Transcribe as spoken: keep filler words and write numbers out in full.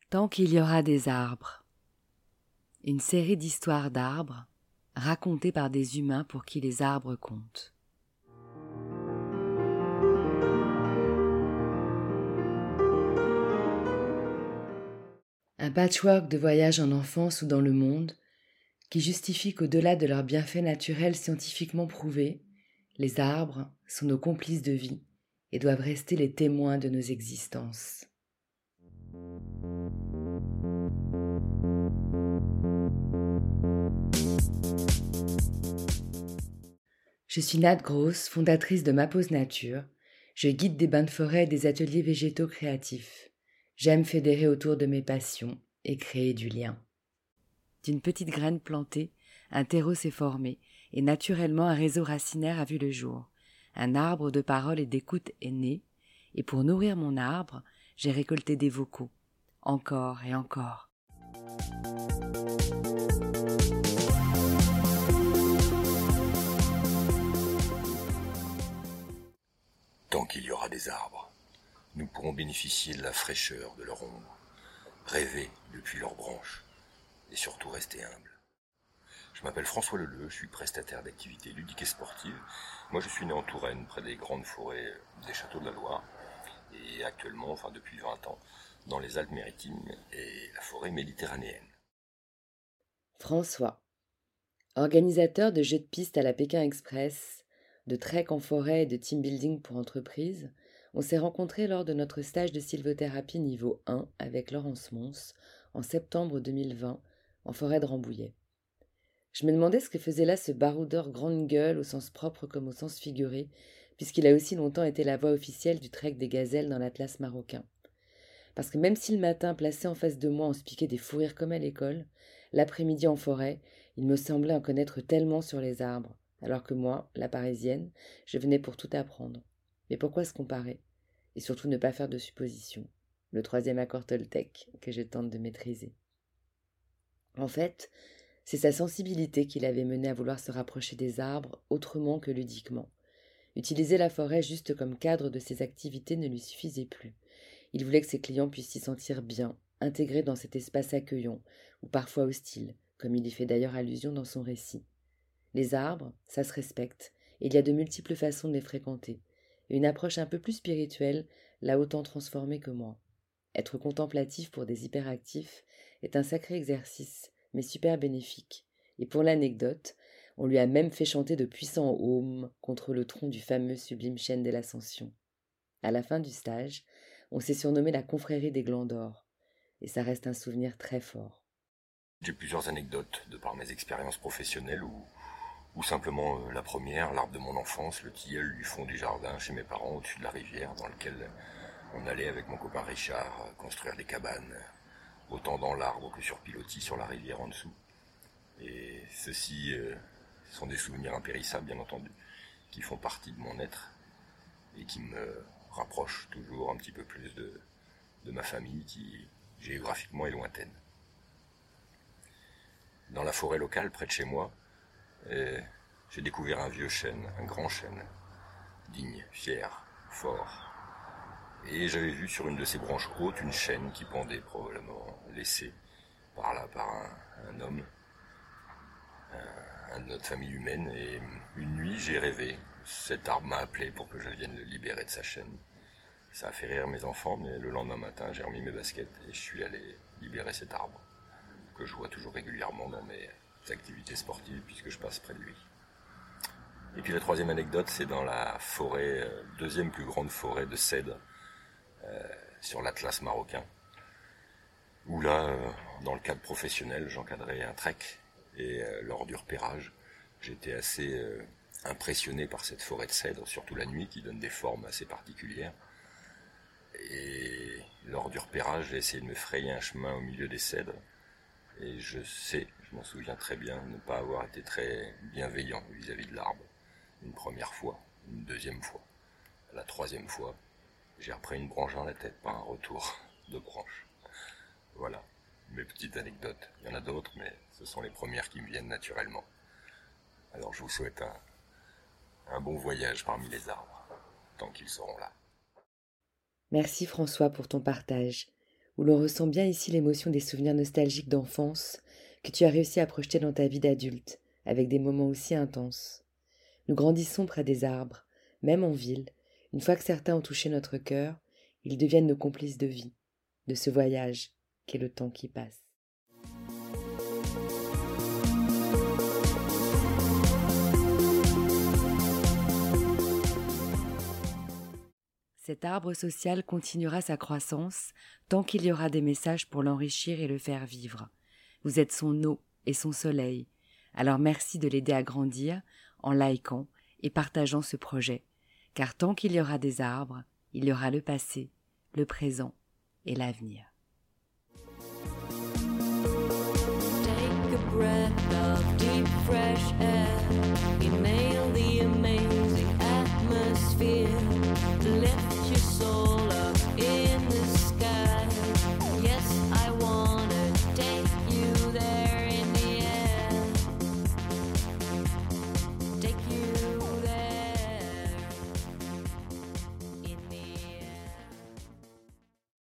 Tant qu'il y aura des arbres. Une série d'histoires d'arbres racontées par des humains pour qui les arbres comptent. Un patchwork de voyages en enfance ou dans le monde qui justifie qu'au-delà de leurs bienfaits naturels scientifiquement prouvés, les arbres sont nos complices de vie et doivent rester les témoins de nos existences. Je suis Nat Gross, fondatrice de Ma Pause Nature. Je guide des bains de forêt et des ateliers végétaux créatifs. J'aime fédérer autour de mes passions et créer du lien. D'une petite graine plantée, un terreau s'est formé et naturellement un réseau racinaire a vu le jour. Un arbre de parole et d'écoute est né et pour nourrir mon arbre, j'ai récolté des vocaux. Encore et encore. Tant qu'il y aura des arbres, nous pourrons bénéficier de la fraîcheur de leur ombre, rêver depuis leurs branches et surtout rester humble. Je m'appelle François Leleu, je suis prestataire d'activités ludiques et sportives. Moi je suis né en Touraine, près des grandes forêts des châteaux de la Loire, et actuellement, enfin depuis vingt ans, dans les Alpes-Maritimes et la forêt méditerranéenne. François, organisateur de jeux de piste à la Pékin Express, de trek en forêt et de team building pour entreprises, on s'est rencontrés lors de notre stage de sylvothérapie niveau un avec Laurence Mons en septembre deux mille vingt en forêt de Rambouillet. Je me demandais ce que faisait là ce baroudeur grande gueule au sens propre comme au sens figuré, puisqu'il a aussi longtemps été la voix officielle du trek des gazelles dans l'Atlas marocain. Parce que même si le matin, placé en face de moi, on se piquait des fous rires comme à l'école, l'après-midi en forêt, il me semblait en connaître tellement sur les arbres, alors que moi, la parisienne, je venais pour tout apprendre. Mais pourquoi se comparer? Et surtout ne pas faire de suppositions. Le troisième accord Toltec que je tente de maîtriser. En fait, c'est sa sensibilité qui l'avait mené à vouloir se rapprocher des arbres autrement que ludiquement. Utiliser la forêt juste comme cadre de ses activités ne lui suffisait plus. Il voulait que ses clients puissent s'y sentir bien, intégrés dans cet espace accueillant, ou parfois hostile, comme il y fait d'ailleurs allusion dans son récit. Les arbres, ça se respecte, et il y a de multiples façons de les fréquenter. Et une approche un peu plus spirituelle l'a autant transformé que moi. Être contemplatif pour des hyperactifs est un sacré exercice, mais super bénéfique. Et pour l'anecdote, on lui a même fait chanter de puissants ohms contre le tronc du fameux sublime chêne de l'Ascension. À la fin du stage, on s'est surnommé la confrérie des glands d'or, et ça reste un souvenir très fort. J'ai plusieurs anecdotes de par mes expériences professionnelles ou, ou simplement euh, la première, l'arbre de mon enfance, le tilleul du fond du jardin chez mes parents au-dessus de la rivière dans lequel on allait avec mon copain Richard construire des cabanes, autant dans l'arbre que sur pilotis sur la rivière en dessous. Et ceux-ci euh, sont des souvenirs impérissables, bien entendu, qui font partie de mon être et qui me rapprochent toujours un petit peu plus de, de ma famille qui, géographiquement, est lointaine. Dans la forêt locale, près de chez moi, euh, j'ai découvert un vieux chêne, un grand chêne, digne, fier, fort. Et j'avais vu sur une de ses branches hautes une chaîne qui pendait, probablement laissée par là par un, un homme, un, un de notre famille humaine. Et une nuit, j'ai rêvé. Cet arbre m'a appelé pour que je vienne le libérer de sa chaîne. Ça a fait rire mes enfants, mais le lendemain matin, j'ai remis mes baskets et je suis allé libérer cet arbre, que je vois toujours régulièrement dans mes activités sportives puisque je passe près de lui. Et puis la troisième anecdote, c'est dans la forêt, euh, deuxième plus grande forêt de cèdres, euh, sur l'Atlas marocain, où là, euh, dans le cadre professionnel, j'encadrais un trek, et euh, lors du repérage, j'étais assez euh, impressionné par cette forêt de cèdres, surtout la nuit, qui donne des formes assez particulières. Et lors du repérage, j'ai essayé de me frayer un chemin au milieu des cèdres, et je sais, je m'en souviens très bien, ne pas avoir été très bienveillant vis-à-vis de l'arbre. Une première fois, une deuxième fois. La troisième fois, j'ai repris une branche dans la tête par un retour de branche. Voilà, mes petites anecdotes. Il y en a d'autres, mais ce sont les premières qui me viennent naturellement. Alors je vous souhaite un, un bon voyage parmi les arbres, tant qu'ils seront là. Merci François pour ton partage. où l'on ressent bien ici l'émotion des souvenirs nostalgiques d'enfance que tu as réussi à projeter dans ta vie d'adulte, avec des moments aussi intenses. Nous grandissons près des arbres, même en ville. Une fois que certains ont touché notre cœur, ils deviennent nos complices de vie, de ce voyage qu'est le temps qui passe. Cet arbre social continuera sa croissance tant qu'il y aura des messages pour l'enrichir et le faire vivre. Vous êtes son eau et son soleil. Alors merci de l'aider à grandir en likant et partageant ce projet. Car tant qu'il y aura des arbres, il y aura le passé, le présent et l'avenir.